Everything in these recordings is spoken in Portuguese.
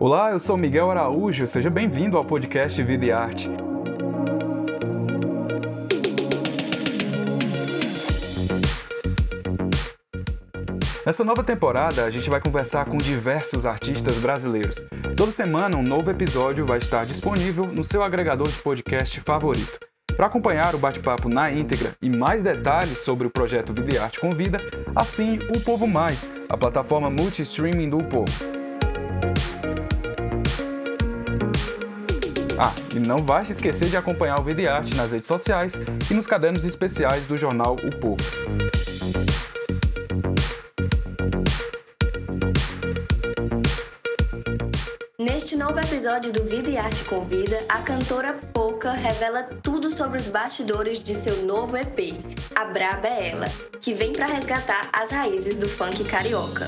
Olá, eu sou Miguel Araújo, seja bem-vindo ao podcast Vida e Arte. Nessa nova temporada, a gente vai conversar com diversos artistas brasileiros. Toda semana, um novo episódio vai estar disponível no seu agregador de podcast favorito. Para acompanhar o bate-papo na íntegra e mais detalhes sobre o projeto Vida e Arte Convida, assine o Povo Mais, a plataforma multi-streaming do Povo. E não vai se esquecer de acompanhar o Vida e Arte nas redes sociais e nos cadernos especiais do jornal O Povo. Neste novo episódio do Vida e Arte Convida, a cantora Poca revela tudo sobre os bastidores de seu novo EP, A Braba é Ela, que vem para resgatar as raízes do funk carioca.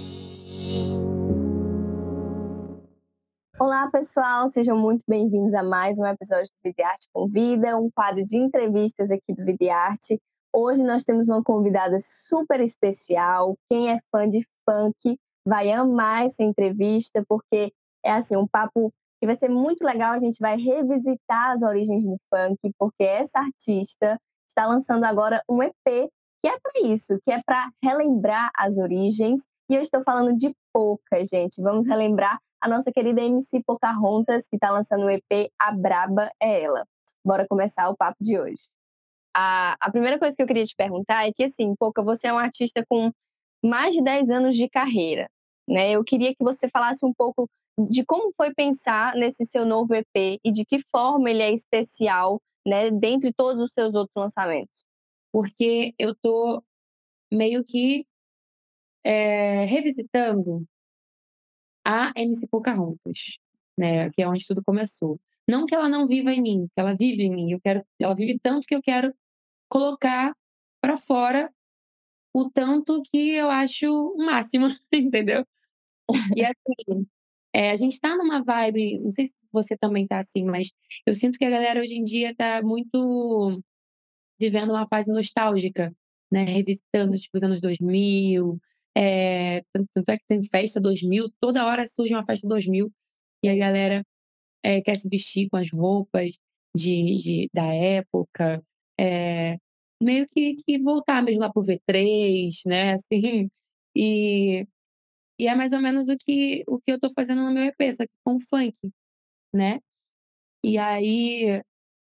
Olá, pessoal! Sejam muito bem-vindos a mais um episódio do Vida e Arte Convida, um quadro de entrevistas aqui do Vida e Arte. Hoje nós temos uma convidada super especial. Quem é fã de funk vai amar essa entrevista, porque é assim, um papo que vai ser muito legal. A gente vai revisitar as origens do funk, porque essa artista está lançando agora um EP que é para isso, que é para relembrar as origens. E eu estou falando de Poca, gente. Vamos relembrar a nossa querida MC Pocahontas, que está lançando o EP A Braba é Ela. Bora começar o papo de hoje. A primeira coisa que eu queria te perguntar é que, assim, Poca, você é uma artista com mais de 10 anos de carreira, né? Eu queria que você falasse um pouco de como foi pensar nesse seu novo EP e de que forma ele é especial, né, dentre todos os seus outros lançamentos. Porque eu tô meio que revisitando a MC Pocahontas, né, que é onde tudo começou. Não que ela não viva em mim, que ela vive em mim. Ela vive tanto que eu quero colocar pra fora o tanto que eu acho o máximo, entendeu? E assim, a gente tá numa vibe, não sei se você também tá assim, mas eu sinto que a galera hoje em dia tá muito vivendo uma fase nostálgica, né, revisitando, tipo, os anos 2000, tanto é que tem festa 2000, toda hora surge uma festa 2000 e a galera, quer se vestir com as roupas da época, eh, meio que voltar mesmo lá para o V3, né, assim, e e é mais ou menos o que eu tô fazendo no meu EP, só que com funk, né. E aí,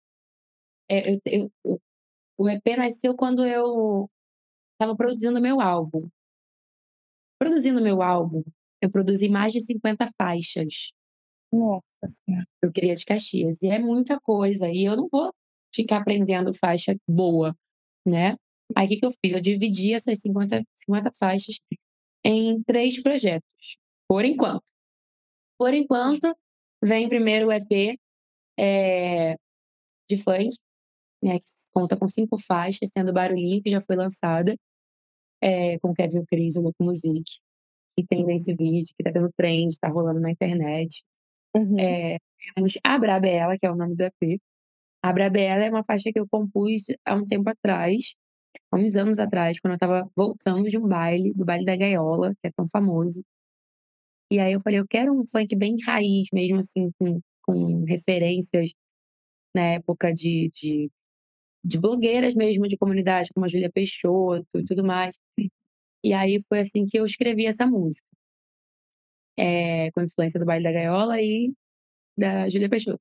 o EP nasceu quando eu estava produzindo meu álbum. Produzindo meu álbum, eu produzi mais de 50 faixas. Nossa Senhora. Eu queria de Caxias, e é muita coisa, e eu não vou ficar aprendendo faixa boa, né. Aí o que que eu fiz? Eu dividi essas 50 faixas em 3 projetos, por enquanto. Por enquanto, vem primeiro o EP, eh, de funk, né, que conta com 5 faixas, sendo Barulhinho, que já foi lançada, com Kevin Cris, o Loco Music, que tem nesse vídeo, que tá dando trend, tá rolando na internet. Uhum. Temos A Braba é Ela, que é o nome do EP. A Braba é Ela é uma faixa que eu compus há um tempo atrás, há uns anos atrás, quando eu estava voltando de um baile, do baile da Gaiola, que é tão famoso. E aí eu falei: "Eu quero um funk bem raiz mesmo, assim, com referências na época de blogueiras mesmo de comunidade, como a Júlia Peixoto e tudo mais". E aí foi assim que eu escrevi essa música, com influência do baile da Gaiola e da Júlia Peixoto.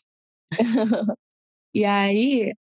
E aí,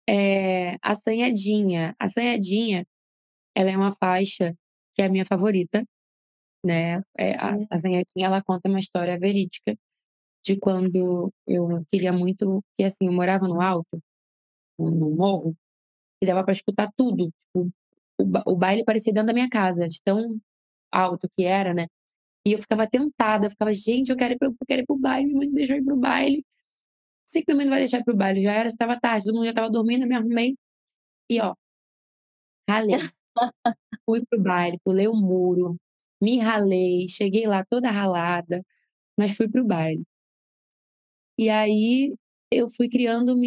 a Assanhadinha, ela é uma faixa que é a minha favorita, né, a Assanhadinha ela conta uma história verídica de quando eu queria muito que, assim, eu morava no alto, no morro, e dava pra escutar tudo, tipo, o baile parecia dentro da minha casa, de tão alto que era, né, e eu ficava tentada, eu ficava: "Gente, eu quero ir para o baile, minha mãe não deixou eu ir para o baile, sei que minha mãe não vai deixar eu ir para o baile", já era, já estava tarde, todo mundo já estava dormindo, eu me arrumei e ó, ralei. Fui para o baile, pulei o muro, me ralei, cheguei lá toda ralada, mas fui para o baile. E aí eu fui criando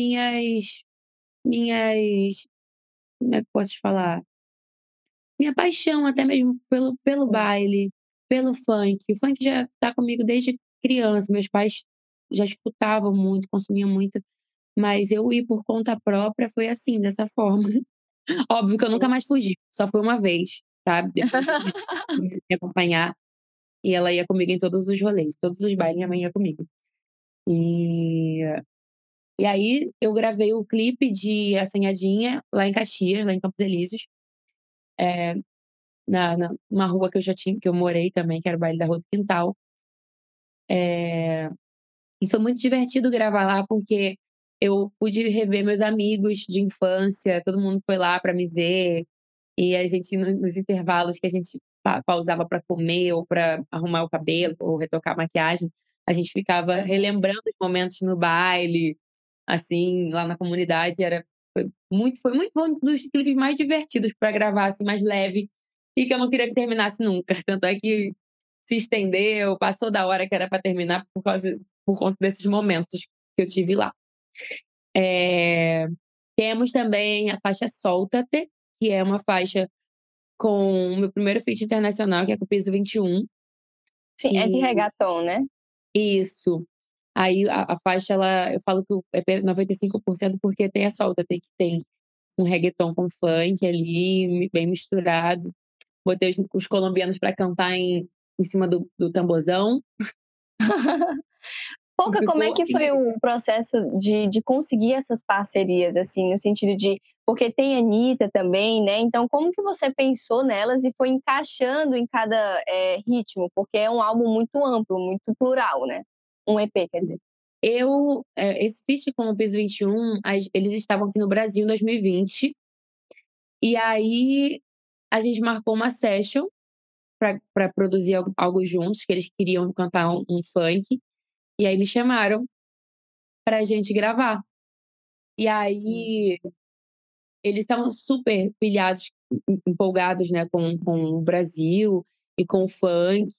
minhas como é que eu posso te falar? Minha paixão até mesmo pelo Sim. baile, pelo funk. O funk já tá comigo desde criança, meus pais já escutavam muito, consumiam muito, mas eu ir por conta própria foi assim, dessa forma. Óbvio que eu nunca mais fugi, só foi uma vez, sabe, depois disso minha mãe me acompanhar, e ela ia comigo em todos os rolês, todos os bailes minha mãe ia comigo. E e aí eu gravei o clipe de Assanhadinha lá em Caxias, lá em Campos Elíseos, eh, na numa rua que eu morei também, que era o baile da Rua do Quintal. Eh, e foi muito divertido gravar lá, porque eu pude rever meus amigos de infância, todo mundo foi lá pra me ver, e a gente nos intervalos que a gente pausava pra comer ou pra arrumar o cabelo ou retocar a maquiagem, a gente ficava relembrando os momentos no baile, assim, lá na comunidade, foi um dos clipes mais divertidos pra gravar, assim, mais leve, e que eu não queria que terminasse nunca. Tanto é que se estendeu, passou da hora que era pra terminar por conta desses momentos que eu tive lá. Eh, temos também a faixa Solta-te, que é uma faixa com o meu primeiro feat internacional, que é com o Piso 21, Sim, é de que reggaeton, né? isso. Aí a faixa ela eu falo que o EP é 95% porque tem a Solta-te, que tem um reggaeton com funk ali, bem misturado. Botei os colombianos pra cantar em cima do tamborzão, e Pouca, como é ficou que foi incrível. o processo de conseguir essas parcerias, assim, no sentido de porque tem a Anitta também, né, então como que você pensou nelas e foi encaixando em cada, ritmo? Porque é um álbum muito amplo, muito plural, né, um EP, quer dizer. Esse feat com o Piso 21, eles estavam aqui no Brasil em 2020, e aí a gente marcou uma session pra produzir algo juntos, que eles queriam cantar um funk, e aí me chamaram pra gente gravar. E aí eles estavam super pilhados, empolgados, né, com o Brasil e com o funk,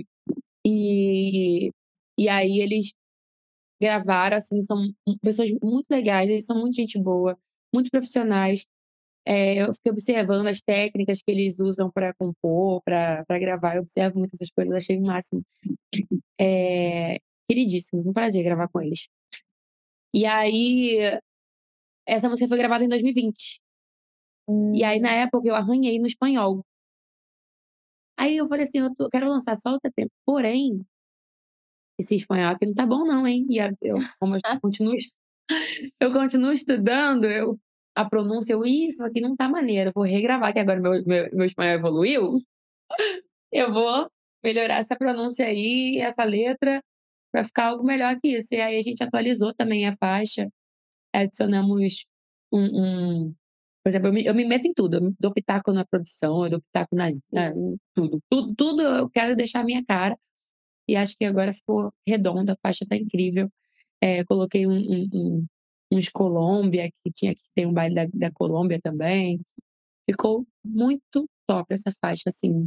e e aí eles gravaram, assim, são pessoas muito legais, eles são muito gente boa, muito profissionais. Eu fiquei observando as técnicas que eles usam pra compor, pra gravar, eu observo muito essas coisas, achei o máximo. Eh, queridíssimos, um prazer gravar com eles. E aí, essa música foi gravada em 2020. E aí, na Hum. época, eu arranhei no espanhol. Aí eu falei assim: eu quero lançar só o TT, porém, esse espanhol aqui não tá bom não, hein". E como eu continuo eu continuo estudando, a pronúncia, "Isso aqui não tá maneiro, eu vou regravar que agora meu espanhol evoluiu, eu vou melhorar essa pronúncia aí, essa letra, pra ficar algo melhor que isso". E aí a gente atualizou também a faixa, adicionamos um por exemplo, eu me meto em tudo, eu dou pitaco na produção, eu dou pitaco em tudo. Tudo eu quero deixar a minha cara, e acho que agora ficou redonda, a faixa tá incrível. Coloquei uns Colômbia, que tem um baile da Colômbia também. Ficou muito top essa faixa, assim,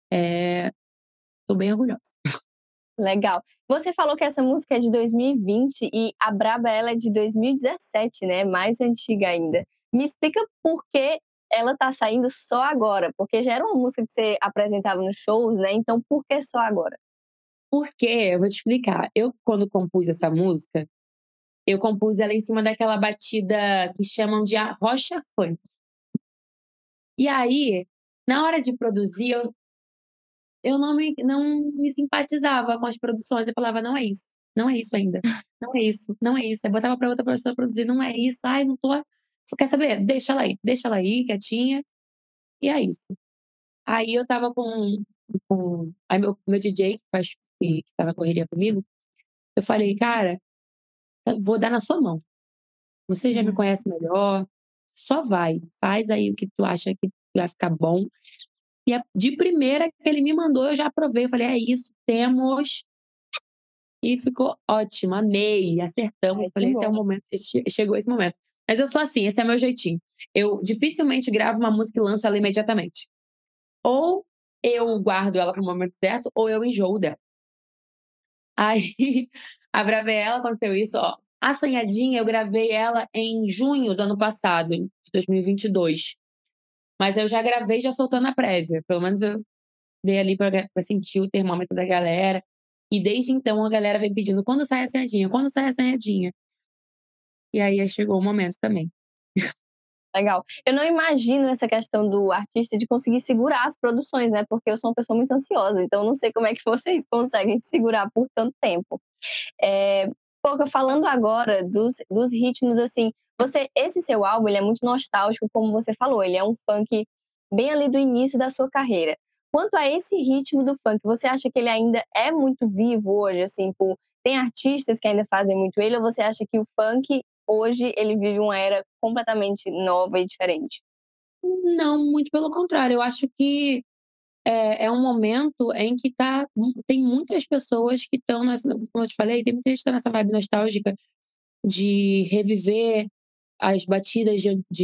tô bem orgulhosa. Legal. Você falou que essa música é de 2020 e a Braba ela é de 2017, né, mais antiga ainda. Me explica por que ela tá saindo só agora? Porque já era uma música que você apresentava nos shows, né, então por que só agora? Porque, eu vou te explicar, eu quando compus essa música, eu compus ela em cima daquela batida que chamam de arrocha funk. E aí, na hora de produzir, eu não me simpatizava com as produções, eu falava: "Não é isso, não é isso ainda, não é isso, não é isso". Aí botava pra outra pessoa produzir: "Não é isso, ai não tô, você quer saber? Deixa ela aí quietinha, e é isso". Aí eu estava aí meu DJ que tá na correria comigo, eu falei: "Cara, eu vou dar na sua mão, você já me conhece melhor, só vai, faz aí o que tu acha que vai ficar bom". E de primeira que ele me mandou, eu já aprovei, eu falei: "É isso, temos". E ficou ótimo, amei, Ai, acertamos. que Falei: "Esse é o bom. momento, chegou esse momento". Mas eu sou assim, esse é meu jeitinho. Eu dificilmente gravo uma música e lanço ela imediatamente. Ou eu guardo ela para o momento certo, ou eu enjoo dela. Aí, a Bravella aconteceu isso, ó. A Assanhadinha eu gravei ela em junho do ano passado, de 2022. Mas eu já gravei já soltando a prévia, pelo menos eu dei ali pra sentir o termômetro da galera. E desde então a galera vem pedindo: "Quando sai a Sayajinha? Quando sai a Sayajinha?". E aí chegou o momento também. Legal. Eu não imagino essa questão do artista de conseguir segurar as produções, né, porque eu sou uma pessoa muito ansiosa, então eu não sei como é que vocês conseguem segurar por tanto tempo. Pouca, falando agora dos ritmos, assim, esse seu álbum, ele é muito nostálgico, como você falou, ele é um funk bem ali do início da sua carreira. Quanto a esse ritmo do funk, você acha que ele ainda é muito vivo hoje, assim, tem artistas que ainda fazem muito ele, ou você acha que o funk, hoje, ele vive uma era completamente nova e diferente? Não, muito pelo contrário, eu acho que é um momento em que tem muitas pessoas que estão nessa, como eu te falei, tem muita gente que tá nessa vibe nostálgica de reviver as batidas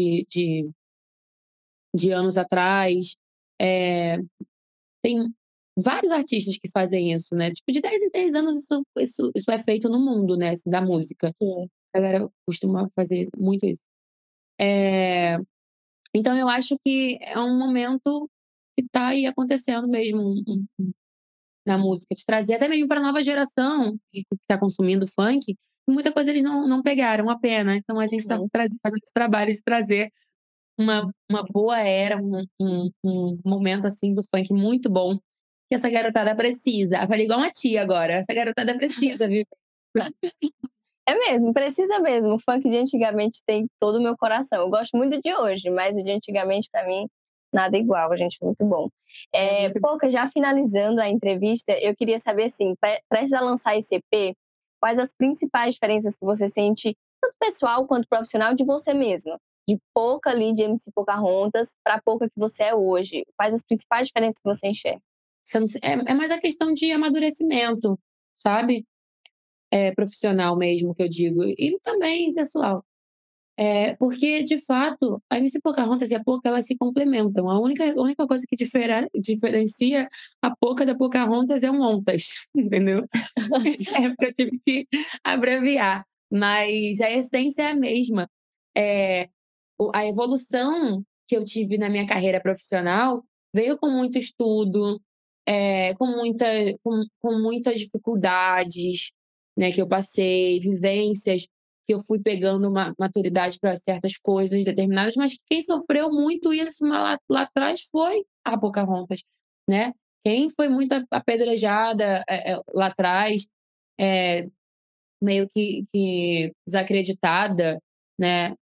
de anos atrás. Eh, Tem vários artistas que fazem isso, né, tipo de 10 em 10 anos isso é feito no mundo, né, assim, da música. Sim. A galera costuma fazer muito isso. Eh, então eu acho que é um momento que tá aí acontecendo mesmo na música, de trazer até mesmo pra nova geração que tá consumindo funk, e muita coisa eles não pegaram, uma pena. Então a gente tá Uhum. fazendo esse trabalho de trazer uma boa era, um momento, assim, do funk muito bom, que essa garotada precisa. Eu falei igual uma tia agora, essa garotada precisa, viu. É mesmo, precisa mesmo. O funk de antigamente tem todo o meu coração. Eu gosto muito de hoje, mas o de antigamente, pra mim, nada igual, gente, muito bom. É muito Pouca, já finalizando a entrevista, eu queria saber, assim, prestes a lançar esse EP, quais as principais diferenças que você sente, tanto pessoal quanto profissional, de você mesma? De Pouca ali, de MC Pocahontas, pra Pouca que você é hoje. Quais as principais diferenças que você enxerga? é mais a questão de amadurecimento, sabe. Profissional mesmo que eu digo, e também pessoal. Porque de fato, a MC Pocahontas e a Poca, elas se complementam. A única coisa que diferencia a Poca da Pocahontas é um ontas, entendeu. É porque eu tive que abreviar, mas a essência é a mesma. Eh, a evolução que eu tive na minha carreira profissional veio com muito estudo, com muitas dificuldades, né, que eu passei, vivências que eu fui pegando uma maturidade para certas coisas determinadas, mas quem sofreu muito isso lá atrás foi a Pocahontas, né. Quem foi muito apedrejada, lá atrás, eh, meio que desacreditada, né,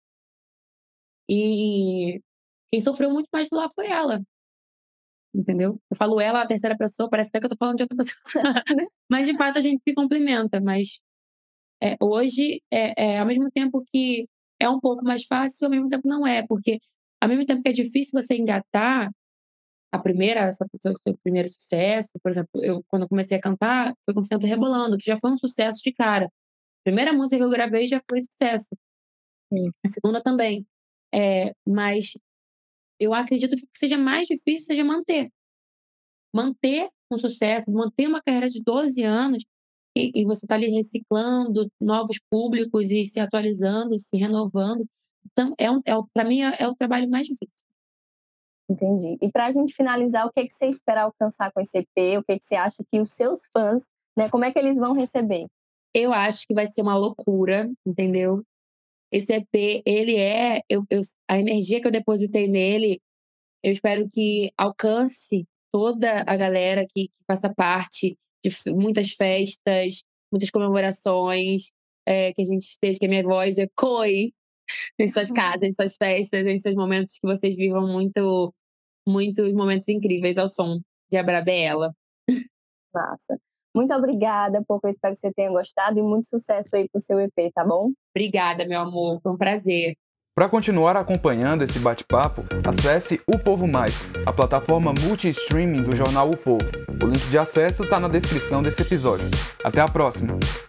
e quem sofreu muito mais lá foi ela, entendeu. Eu falo ela na terceira pessoa, parece até que eu tô falando de outra pessoa, mas de fato a gente se complementa, mas, hoje, ao mesmo tempo que é um pouco mais fácil, ao mesmo tempo não é, porque ao mesmo tempo que é difícil você engatar seu primeiro sucesso, por exemplo, eu quando eu comecei a cantar, foi com Senta Rebolando, que já foi um sucesso de cara. A primeira música que eu gravei já foi sucesso, Sim. a segunda também. Mas eu acredito que o que seja mais difícil seja manter um sucesso, manter uma carreira de 12 anos e você tá ali reciclando novos públicos e se atualizando, se renovando. Então pra mim é o trabalho mais difícil. Entendi. E pra gente finalizar, o que que você espera alcançar com esse EP? O que que você acha que os seus fãs, né, como é que eles vão receber? Eu acho que vai ser uma loucura, entendeu. Esse EP, ele é eu a energia que eu depositei nele, eu espero que alcance toda a galera que faça parte de muitas festas, muitas comemorações, que a gente esteja, que a minha voz ecoe em suas casas, em suas festas, em seus momentos, que vocês vivam muitos momentos incríveis ao som de Abrabaela. Massa. Muito obrigada, Pouco, eu espero que você tenha gostado e muito sucesso aí pro seu EP, tá bom? Obrigada, meu amor, foi um prazer. Para continuar acompanhando esse bate-papo, acesse O Povo Mais, a plataforma multi-streaming do jornal O Povo. O link de acesso está na descrição desse episódio. Até a próxima!